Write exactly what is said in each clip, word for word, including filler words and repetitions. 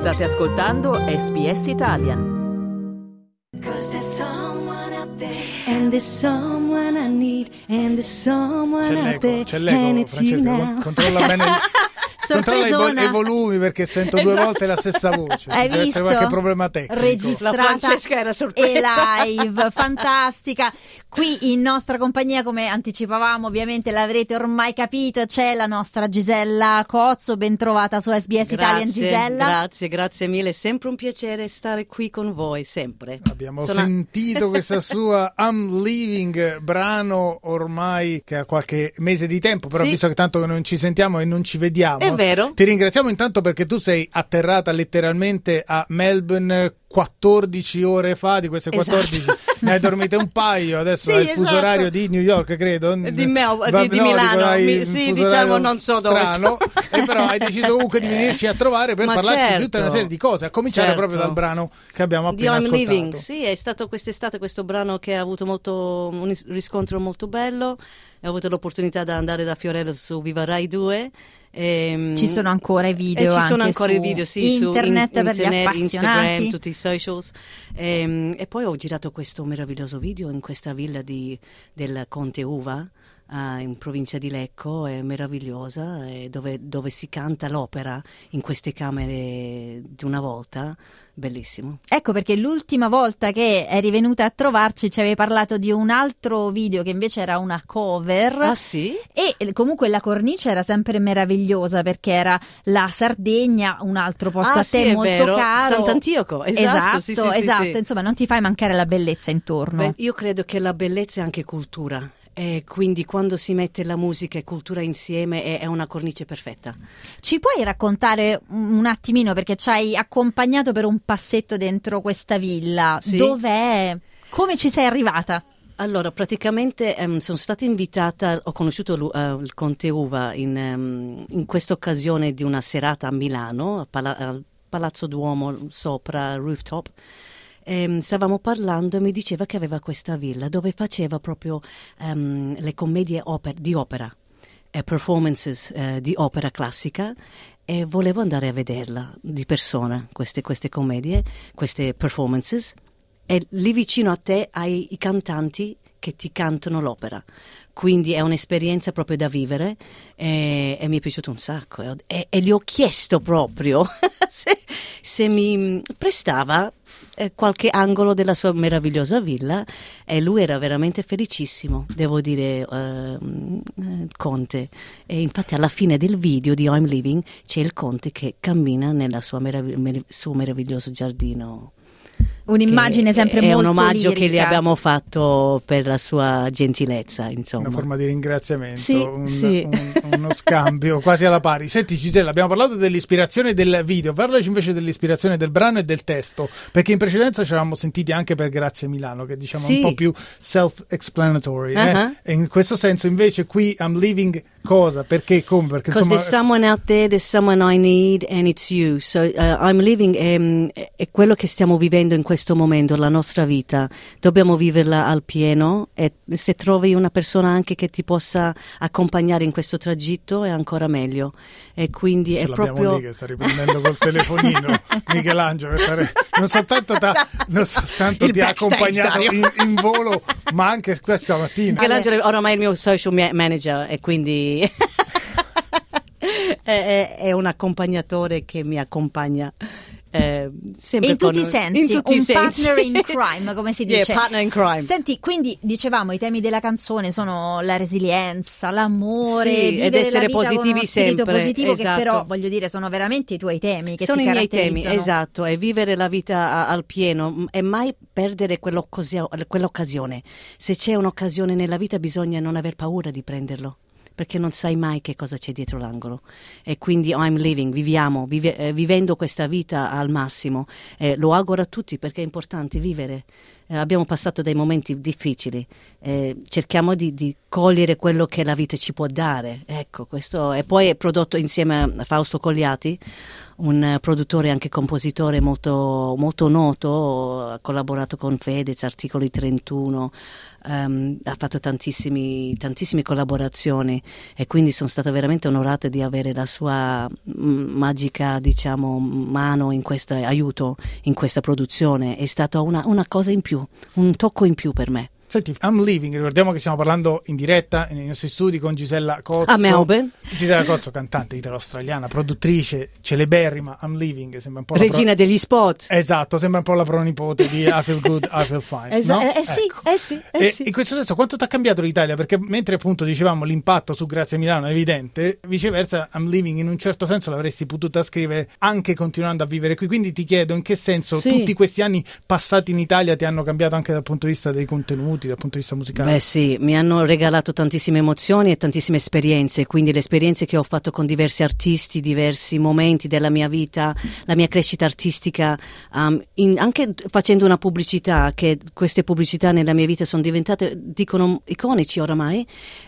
State ascoltando S B S Italian. And there's someone I need, and there's someone C'è out there, l'eco, c'è l'eco, and it's you Francesca, now. con- controlla bene il... Controlla i, vo- i volumi perché sento due volte la stessa voce. Hai Deve visto? essere qualche problema tecnico. Registrata La Francesca era e sorpresa. live, fantastica. Qui in nostra compagnia, come anticipavamo, ovviamente l'avrete ormai capito, c'è la nostra Gisella Cozzo, ben trovata su S B S Italian. Gisella. Grazie, grazie mille, è sempre un piacere stare qui con voi, sempre. Abbiamo Sono- sentito questa sua I'm Leaving, brano ormai che ha qualche mese di tempo, però Sì. visto che tanto che non ci sentiamo e non ci vediamo, È vero. ti ringraziamo intanto perché tu sei atterrata letteralmente a Melbourne quattordici ore fa. Di queste quattordici Esatto. ne hai dormite un paio, adesso Sì, hai il fuso esatto. orario di New York, credo. Di Mel- Va- di- di no, Milano. dico, hai Mi- un sì, fuso diciamo, orario non so dove strano, e però hai deciso comunque di venirci a trovare per Ma parlarci certo. di tutta una serie di cose, a cominciare Certo. proprio dal brano che abbiamo Di appena I'm ascoltato. Leaving, sì, è stato quest'estate questo brano che ha avuto molto, un is- riscontro molto bello. Ho avuto l'opportunità di andare da Fiorello su Viva Rai due. ehm, Ci sono ancora i video e ci sono anche ancora su i video, sì, internet su in- per gli internet, appassionati. Instagram, tutti i socials. Ehm, e poi ho girato questo meraviglioso video in questa villa di, del Conte Uva. Uh, in provincia di Lecco, è meravigliosa, e dove, dove si canta l'opera in queste camere di una volta, bellissimo. Ecco perché l'ultima volta che eri venuta a trovarci ci avevi parlato di un altro video che invece era una cover. Ah sì? E comunque la cornice era sempre meravigliosa perché era la Sardegna, un altro posto Ah, a te sì, è molto vero. caro. Sant'Antioco, esatto, Esatto, sì, sì, sì, esatto. sì. Insomma, non ti fai mancare la bellezza intorno. Beh, io credo che la bellezza è anche cultura. E quindi quando si mette la musica e cultura insieme è, è una cornice perfetta. Ci puoi raccontare un attimino, perché ci hai accompagnato per un passetto dentro questa villa, Sì. dov'è? Come ci sei arrivata? Allora, praticamente ehm, sono stata invitata, ho conosciuto lu- eh, il Conte Uva in, ehm, in questa occasione di una serata a Milano, a Pala- al Palazzo Duomo sopra rooftop. Ehm, stavamo parlando e mi diceva che aveva questa villa dove faceva proprio ehm, le commedie oper- di opera, eh, performances eh, di opera classica, e volevo andare a vederla di persona, queste, queste commedie, queste performances, e lì vicino a te hai i cantanti che ti cantano l'opera. Quindi è un'esperienza proprio da vivere, e, e mi è piaciuto un sacco. E, e, e gli ho chiesto proprio se, se mi prestava eh, qualche angolo della sua meravigliosa villa, e lui era veramente felicissimo, devo dire, eh, eh, Conte. E infatti alla fine del video di I'm Leaving c'è il Conte che cammina nel suo meraviglioso giardino. Un'immagine sempre è molto un omaggio lirica. che gli abbiamo fatto per la sua gentilezza, insomma. Una forma di ringraziamento, Sì, un- sì. un- uno scambio quasi alla pari. Senti Gisella, abbiamo parlato dell'ispirazione del video, parlaci invece dell'ispirazione del brano e del testo, perché in precedenza ci eravamo sentiti anche per Grazie Milano, che diciamo Sì. un po' più self-explanatory, eh? Uh-huh. E in questo senso invece qui I'm leaving cosa? Perché? Come? Perché Because insomma there's someone out there, there's someone I need, and it's you. So uh, I'm living, um, è quello che stiamo vivendo in questo momento, la nostra vita. Dobbiamo viverla al pieno, e se trovi una persona anche che ti possa accompagnare in questo tragitto è ancora meglio. E quindi ce è l'abbiamo proprio... lì che sta riprendendo col telefonino Michelangelo, che sta- non soltanto, t'ha- non soltanto Il ti ha backstage, accompagnato Dario. in, in volo, ma anche questa mattina. Michelangelo è oramai il mio social ma- manager, e quindi è, è- è un accompagnatore che mi accompagna eh, sempre In tutti con- i sensi, in tutti un i sensi. partner in crime, come si Yeah, dice. partner in crime. Senti, quindi dicevamo i temi della canzone sono la resilienza, l'amore, Sì, vivere ed essere la vita con positivi uno spirito sempre, positivo, esatto. che però, voglio dire, sono veramente i tuoi temi che Sono ti i miei temi, caratterizzano. esatto, è vivere la vita a- al pieno, m- e mai perdere quell'occasio- quell'occasione. Se c'è un'occasione nella vita bisogna non aver paura di prenderlo, perché non sai mai che cosa c'è dietro l'angolo. E quindi I'm living, viviamo, vive- eh, vivendo questa vita al massimo. Eh, lo auguro a tutti, perché è importante vivere. Eh, abbiamo passato dei momenti difficili, eh, cerchiamo di, di cogliere quello che la vita ci può dare. Ecco, questo. E poi è prodotto insieme a Fausto Cogliati. un produttore e anche compositore molto, molto noto, ha collaborato con Fedez, Articoli trentuno, um, ha fatto tantissimi, tantissime collaborazioni e quindi sono stata veramente onorata di avere la sua m- magica, diciamo, mano in questo aiuto in questa produzione. È stata una, una cosa in più, un tocco in più per me. Senti, I'm Leaving, ricordiamo che stiamo parlando in diretta nei nostri studi con Gisella Cozzo. A Melbourne. Gisella Cozzo, cantante italo-australiana, produttrice celeberrima. I'm Leaving, sembra un po' regina la pro... degli spot. Esatto, sembra un po' la pronipote di I Feel Good, I Feel Fine. Esa- no? eh, eh sì, ecco. eh sì, eh e sì. In questo senso, quanto ti ha cambiato l'Italia? Perché mentre appunto dicevamo l'impatto su Grazie Milano è evidente, viceversa I'm Leaving in un certo senso l'avresti potuta scrivere anche continuando a vivere qui. Quindi ti chiedo in che senso sì. tutti questi anni passati in Italia ti hanno cambiato anche dal punto di vista dei contenuti, dal punto di vista musicale. Beh sì, mi hanno regalato tantissime emozioni e tantissime esperienze, quindi le esperienze che ho fatto con diversi artisti, diversi momenti della mia vita, la mia crescita artistica, um, in, anche facendo una pubblicità, che queste pubblicità nella mia vita sono diventate, dicono, iconici oramai,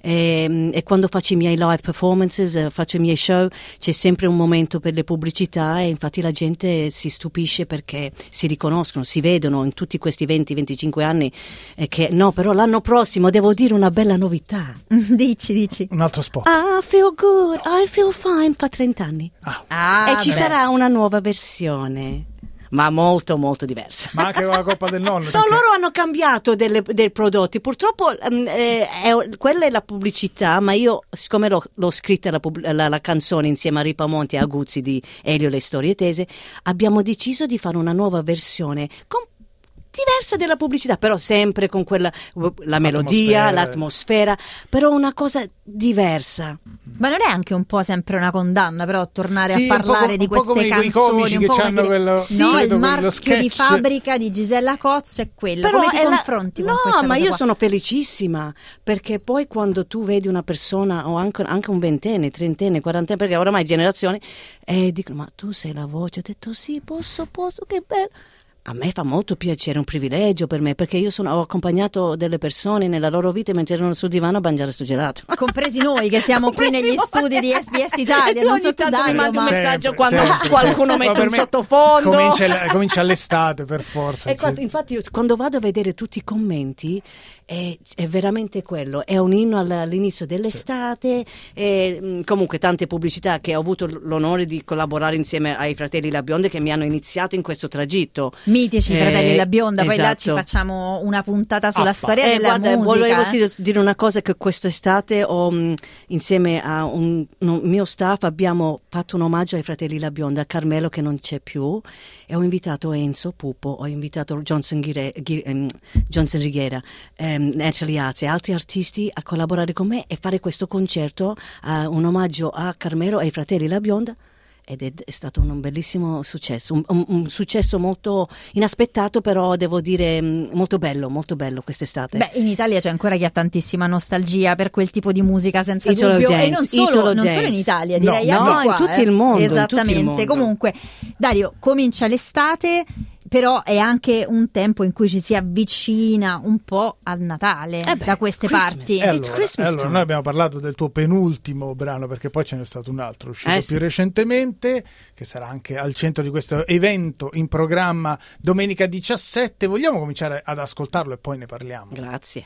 e, e quando faccio i miei live performances, faccio i miei show, c'è sempre un momento per le pubblicità e infatti la gente si stupisce perché si riconoscono, si vedono in tutti questi venti venticinque anni eh, che no, però l'anno prossimo devo dire una bella novità. Dici, dici. Un altro spot. I feel good, I feel fine fa trenta anni. Ah. Ah, e ci beh. sarà una nuova versione, ma molto molto diversa. Ma anche con la Coppa del Nonno. No, perché... loro hanno cambiato delle, dei prodotti. Purtroppo um, eh, è, quella è la pubblicità, ma io, siccome l'ho, l'ho scritta la, la, la canzone insieme a Ripa Monti e a Guzzi di Elio Le Storie Tese, abbiamo deciso di fare una nuova versione con diversa della pubblicità, però sempre con quella la melodia, L'atmosfera. l'atmosfera, però una cosa diversa. Ma non è anche un po' sempre una condanna, però tornare Sì, a un po' parlare co- di un po' come queste quei canzoni, comici un che po' come c'hanno dire, quello- no, sì, il quello marchio sketch. di fabbrica di Gisella Cozzo è quello. Però Come ti è la- confronti con no, questa ma cosa io qua? sono felicissima perché poi quando tu vedi una persona o anche, anche un ventenne, trentenne, quarantenne, perché oramai generazioni e dicono ma tu sei la voce, ho detto sì, posso, posso, che bello. A me fa molto piacere, è un privilegio per me, perché io sono, ho accompagnato delle persone nella loro vita mentre erano sul divano a mangiare sto gelato. Compresi noi che siamo qui Compresi negli voi. studi di S B S Italia, E tu non ogni so tu tanto mi Dario, mandi un ma... messaggio Sempre, quando sempre, qualcuno sempre. mette Ma per un me sottofondo. Comincia, comincia all'estate per forza. E quando- infatti quando vado a vedere tutti i commenti è, è veramente quello, è un inno all- all'inizio dell'estate, e, mh, comunque tante pubblicità che ho avuto l'onore di collaborare insieme ai fratelli La Bionda che mi hanno iniziato in questo tragitto. Mitici Eh, fratelli La Bionda, poi là ci esatto. facciamo una puntata sulla Ah, storia Eh, della guarda, musica. volevo eh. sì- dire una cosa, che quest'estate ho, mh, insieme a un, un mio staff abbiamo fatto un omaggio ai fratelli La Bionda, a Carmelo che non c'è più, e ho invitato Enzo Pupo, ho invitato Johnson, Ghire, Ghire, ehm, Johnson Righiera, ehm, Natalie Arce e altri artisti a collaborare con me e fare questo concerto, eh, un omaggio a Carmelo e ai fratelli La Bionda. Ed è, è stato un bellissimo successo, un, un, un successo molto inaspettato, però devo dire mh, molto bello, molto bello quest'estate. Beh, in Italia c'è ancora chi ha tantissima nostalgia per quel tipo di musica, senza Italo dubbio, Dance, e non solo, Italo non solo Dance. in Italia, No, direi no, anche in qua, tutto eh. il mondo, in tutto il Esattamente. mondo. Comunque, Dario, comincia l'estate, però è anche un tempo in cui ci si avvicina un po' al Natale, Eh beh, da queste Christmas. parti. E allora, It's Christmas allora, time. noi abbiamo parlato del tuo penultimo brano, perché poi ce n'è stato un altro uscito Eh, più sì. recentemente, che sarà anche al centro di questo evento in programma domenica diciassette. Vogliamo cominciare ad ascoltarlo e poi ne parliamo? Grazie.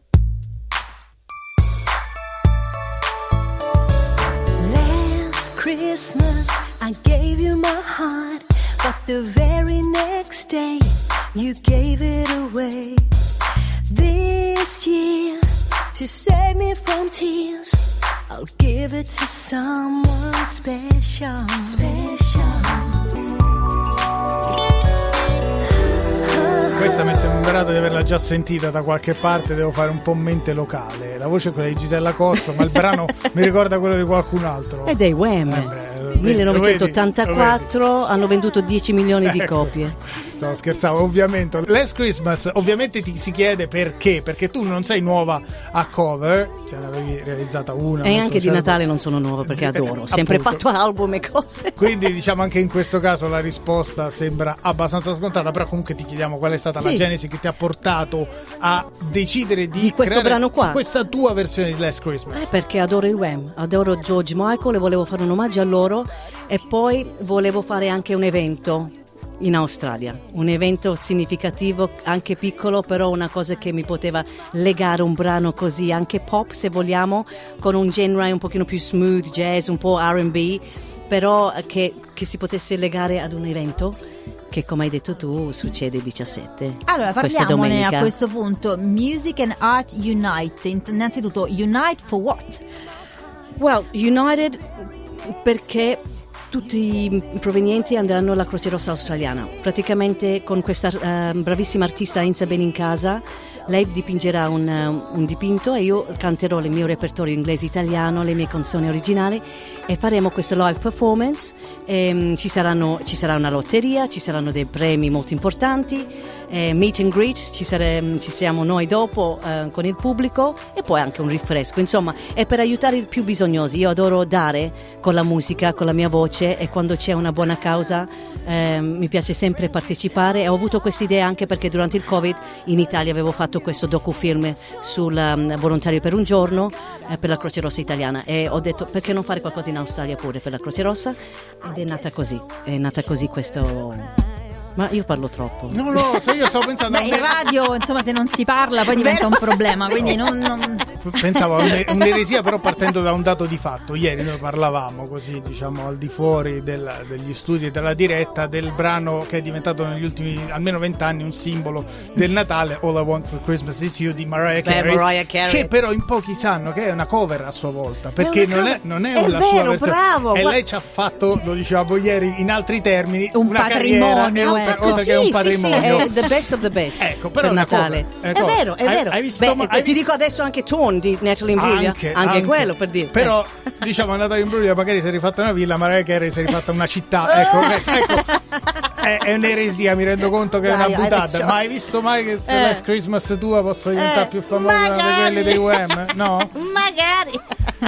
Last Christmas I gave you my heart, but the very next day you gave it away. This year, to save me from tears, I'll give it to someone special. Special. Questa mi è sembrato di averla già sentita da qualche parte, devo fare un po' mente locale. La voce è quella di Gisella Cozzo, ma il brano mi ricorda quello di qualcun altro. E dei Wham! Eh beh, lo vedi, millenovecentottantaquattro lo vedi. hanno venduto dieci milioni di Ecco. copie. No, scherzavo, ovviamente. Last Christmas, ovviamente ti si chiede perché, perché tu non sei nuova a cover, ce l'avevi realizzata una. E anche di certo. Natale non sono nuova perché adoro, ho sempre Appunto. fatto album e cose. Quindi diciamo anche in questo caso la risposta sembra abbastanza scontata, però comunque ti chiediamo qual è stata Sì. la genesi che ti ha portato a decidere di, Di questo creare brano qua. questa tua versione di Last Christmas. Eh, perché adoro i Wham, adoro George Michael e volevo fare un omaggio a loro e poi volevo fare anche un evento in Australia, un evento significativo, anche piccolo, però una cosa che mi poteva legare un brano così, anche pop se vogliamo, con un genere un pochino più smooth, jazz, un po' R and B, però che, che si potesse legare ad un evento che, come hai detto tu, succede il diciassette. Allora questa parliamone domenica. a questo punto. Music and Art Unite. Innanzitutto, Unite for what? Well, United perché tutti i provenienti andranno alla Croce Rossa australiana. Praticamente con questa uh, bravissima artista Enza Benincasa, lei dipingerà un, uh, un dipinto e io canterò il mio repertorio inglese-italiano, le mie canzoni originali e faremo questo live performance. E, ci, saranno, ci sarà una lotteria, ci saranno dei premi molto importanti, eh, meet and greet, ci, sare, ci siamo noi dopo eh, con il pubblico e poi anche un rinfresco. Insomma, è per aiutare i più bisognosi. Io adoro dare con la musica, con la mia voce, e quando c'è una buona causa eh, mi piace sempre partecipare. E ho avuto questa idea anche perché durante il Covid in Italia avevo fatto questo docufilm sul um, volontario per un giorno eh, per la Croce Rossa italiana e ho detto perché non fare qualcosa in Australia pure per la Croce Rossa, ed è nata così, è nata così questo. Ma io parlo troppo. No, no, se io stavo pensando. Beh, in radio, insomma, se non si parla poi diventa un problema, quindi non... non... Pensavo a un- un'eresia, però partendo da un dato di fatto. Ieri noi parlavamo così, diciamo, al di fuori del- degli studi e della diretta del brano che è diventato negli ultimi almeno vent'anni un simbolo del Natale, All I Want for Christmas Is You di Mariah Beh, Carey, Mariah Carey. che però in pochi sanno che è una cover a sua volta, perché una non è, cover. non è, È una vero, sua versione. bravo, E guarda- lei ci ha fatto, lo dicevamo ieri in altri termini, Un una patrimonio, carriera, e un- ecco. oltre che un Sì, sì, patrimonio. sì, è the best of the best. Ecco, però per una Natale. cover, è È una cover. vero, è Hai- vero. hai visto- Beh, hai ti visto- dico adesso anche Torn di Natalie Imbruglia, anche, quello per dire. Però diciamo a Natalie Imbruglia magari si è rifatta una villa, Mariah Carey si è rifatta una città. Ecco, questo, ecco è, è un'eresia, mi rendo conto che è Dai, una hai buttata. ragione. Ma hai visto mai che Eh. Last Christmas tua possa diventare Eh, più famosa di magari. quelle dei Wham? No? Magari.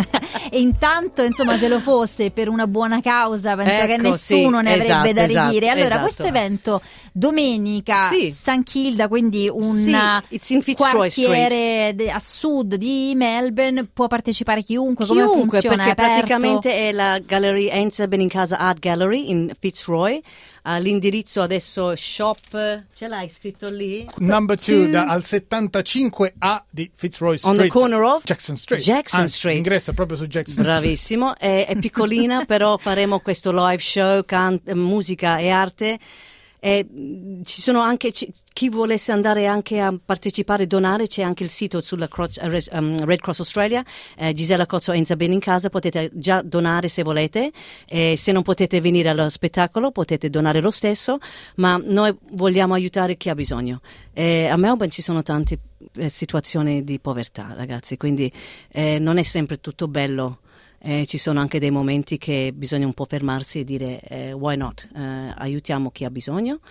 E intanto, insomma, se lo fosse per una buona causa, penso Ecco, che nessuno sì, ne avrebbe esatto, da ridire. esatto, Allora, esatto. questo evento domenica, Sì. San Kilda, quindi un Sì, it's in Fitzroy quartiere de- a sud di Melbourne, può partecipare chiunque. Come Chiunque, funziona? perché È aperto? praticamente è la Galleria Enza Benincasa Art Gallery in Fitzroy. Uh, l'indirizzo adesso shop, ce l'hai scritto lì? Number two, da, al settantacinque A di Fitzroy Street. On the corner of Jackson Street. Jackson Anzi, Street. L'ingresso è proprio su Jackson Street. Bravissimo, è, è piccolina, però faremo questo live show, can- musica e arte. E, mh, ci sono anche ci- chi volesse andare anche a partecipare, donare, c'è anche il sito sulla Cro- eh, Res- um, Red Cross Australia, eh, Gisella Cozzo Enza Benincasa, potete già donare se volete, e se non potete venire allo spettacolo potete donare lo stesso, ma noi vogliamo aiutare chi ha bisogno. Eh, a Melbourne ci sono tante eh, situazioni di povertà, ragazzi, quindi eh, non è sempre tutto bello. Eh, ci sono anche dei momenti che bisogna un po' fermarsi e dire eh, why not, eh, aiutiamo chi ha bisogno.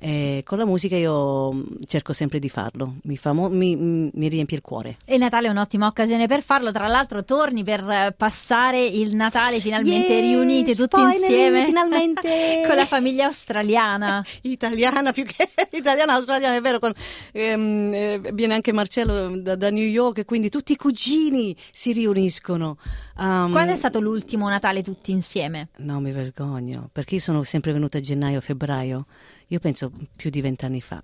E con la musica io mh, cerco sempre di farlo, mi, fa mo- mi, mi mi riempie il cuore. E il Natale è un'ottima occasione per farlo. Tra l'altro torni per eh, passare il Natale finalmente Yes, riuniti tutti finally, insieme finalmente. con la famiglia australiana. Italiana più che italiana, australiana, è vero, con, ehm, eh, viene anche Marcello da, da New York, e quindi tutti i cugini si riuniscono. Um, Quando è stato l'ultimo Natale tutti insieme? No, mi vergogno, perché io sono sempre venuta a gennaio, febbraio, io penso più di vent'anni fa.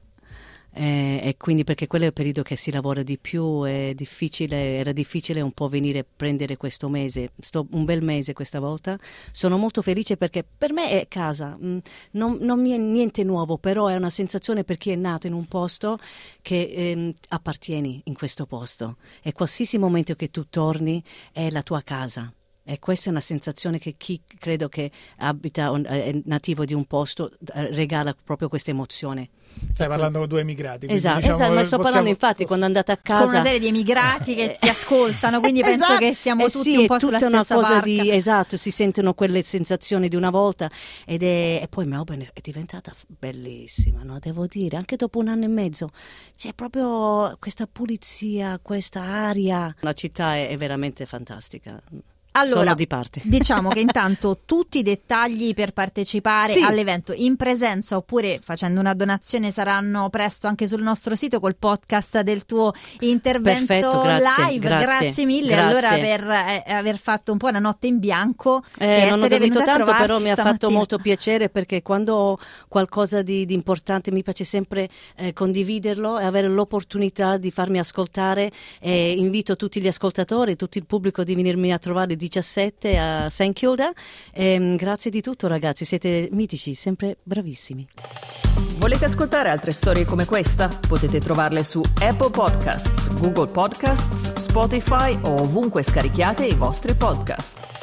Eh, e quindi perché quello è il periodo che si lavora di più, è difficile, era difficile un po' venire a prendere questo mese, sto un bel mese questa volta. Sono molto felice perché per me è casa, mm, non, non mi è niente nuovo, però è una sensazione per chi è nato in un posto che ehm, appartieni in questo posto, e qualsiasi momento che tu torni è la tua casa. E questa è una sensazione che chi credo che abita, è nativo di un posto, regala proprio questa emozione. Stai parlando con due emigrati. Esatto, diciamo, esatto, ma sto possiamo... parlando infatti quando andate a casa... Con una serie di emigrati che ti ascoltano, quindi penso esatto. che siamo eh tutti sì, un po' sulla una stessa cosa barca. Di, esatto, si sentono quelle sensazioni di una volta ed è, e poi Melbourne è diventata bellissima, no? Devo dire, anche dopo un anno e mezzo c'è proprio questa pulizia, questa aria. La città è, è veramente fantastica. Allora, sono di parte. Diciamo che intanto tutti i dettagli per partecipare sì. all'evento in presenza oppure facendo una donazione saranno presto anche sul nostro sito col podcast del tuo intervento. Perfetto, grazie, live. Grazie, grazie mille grazie. allora per eh, aver fatto un po' una notte in bianco. Eh, e non ho essere dormito venuta a tanto, però trovarci mi ha fatto stamattina. molto piacere perché quando ho qualcosa di, di importante mi piace sempre eh, condividerlo e avere l'opportunità di farmi ascoltare. E invito tutti gli ascoltatori, tutto il pubblico di venirmi a trovare il diciassette a Saint Kilda. E, grazie di tutto ragazzi, siete mitici, sempre bravissimi. Volete ascoltare altre storie come questa? Potete trovarle su Apple Podcasts, Google Podcasts, Spotify o ovunque scarichiate i vostri podcast.